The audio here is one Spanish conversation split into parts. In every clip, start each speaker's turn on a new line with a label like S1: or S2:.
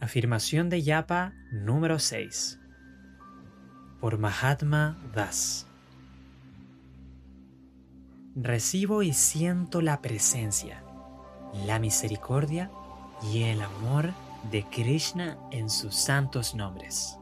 S1: Afirmación de Japa número 6. Por Mahatma Das. Recibo y siento la presencia, la misericordia y el amor de Krishna en sus santos nombres.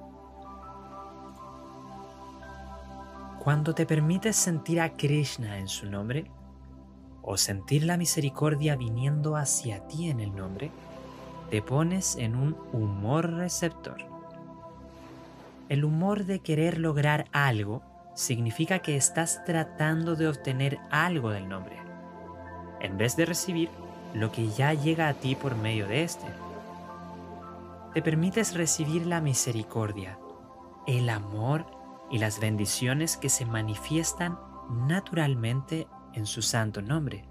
S1: Cuando te permites sentir a Krishna en su nombre, o sentir la misericordia viniendo hacia ti en el nombre, te pones en un humor receptor. El humor de querer lograr algo significa que estás tratando de obtener algo del nombre, en vez de recibir lo que ya llega a ti por medio de este. Te permites recibir la misericordia, el amor y las bendiciones que se manifiestan naturalmente en su santo nombre.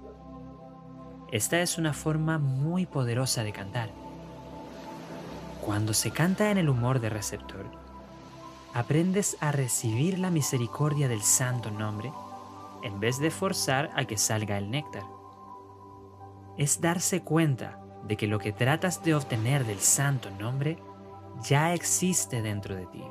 S1: Esta es una forma muy poderosa de cantar. Cuando se canta en el humor de receptor, aprendes a recibir la misericordia del santo nombre en vez de forzar a que salga el néctar. Es darse cuenta de que lo que tratas de obtener del santo nombre ya existe dentro de ti.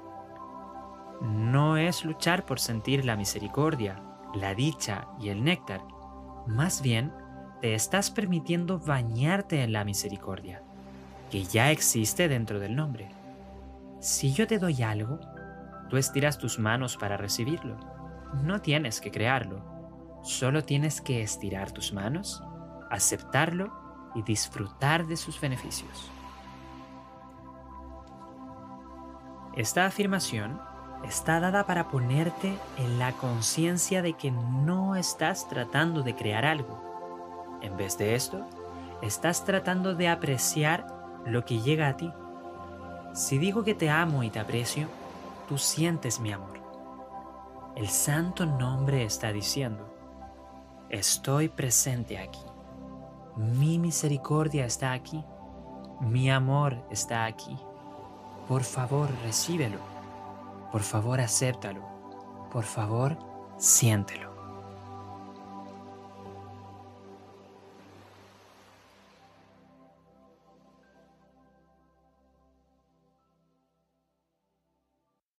S1: No es luchar por sentir la misericordia, la dicha y el néctar. Más bien, te estás permitiendo bañarte en la misericordia, que ya existe dentro del nombre. Si yo te doy algo, tú estiras tus manos para recibirlo. No tienes que crearlo, solo tienes que estirar tus manos, aceptarlo y disfrutar de sus beneficios. Esta afirmación está dada para ponerte en la conciencia de que no estás tratando de crear algo. En vez de esto, estás tratando de apreciar lo que llega a ti. Si digo que te amo y te aprecio, tú sientes mi amor. El santo nombre está diciendo: estoy presente aquí. Mi misericordia está aquí. Mi amor está aquí. Por favor, recíbelo. Por favor, acéptalo. Por favor, siéntelo.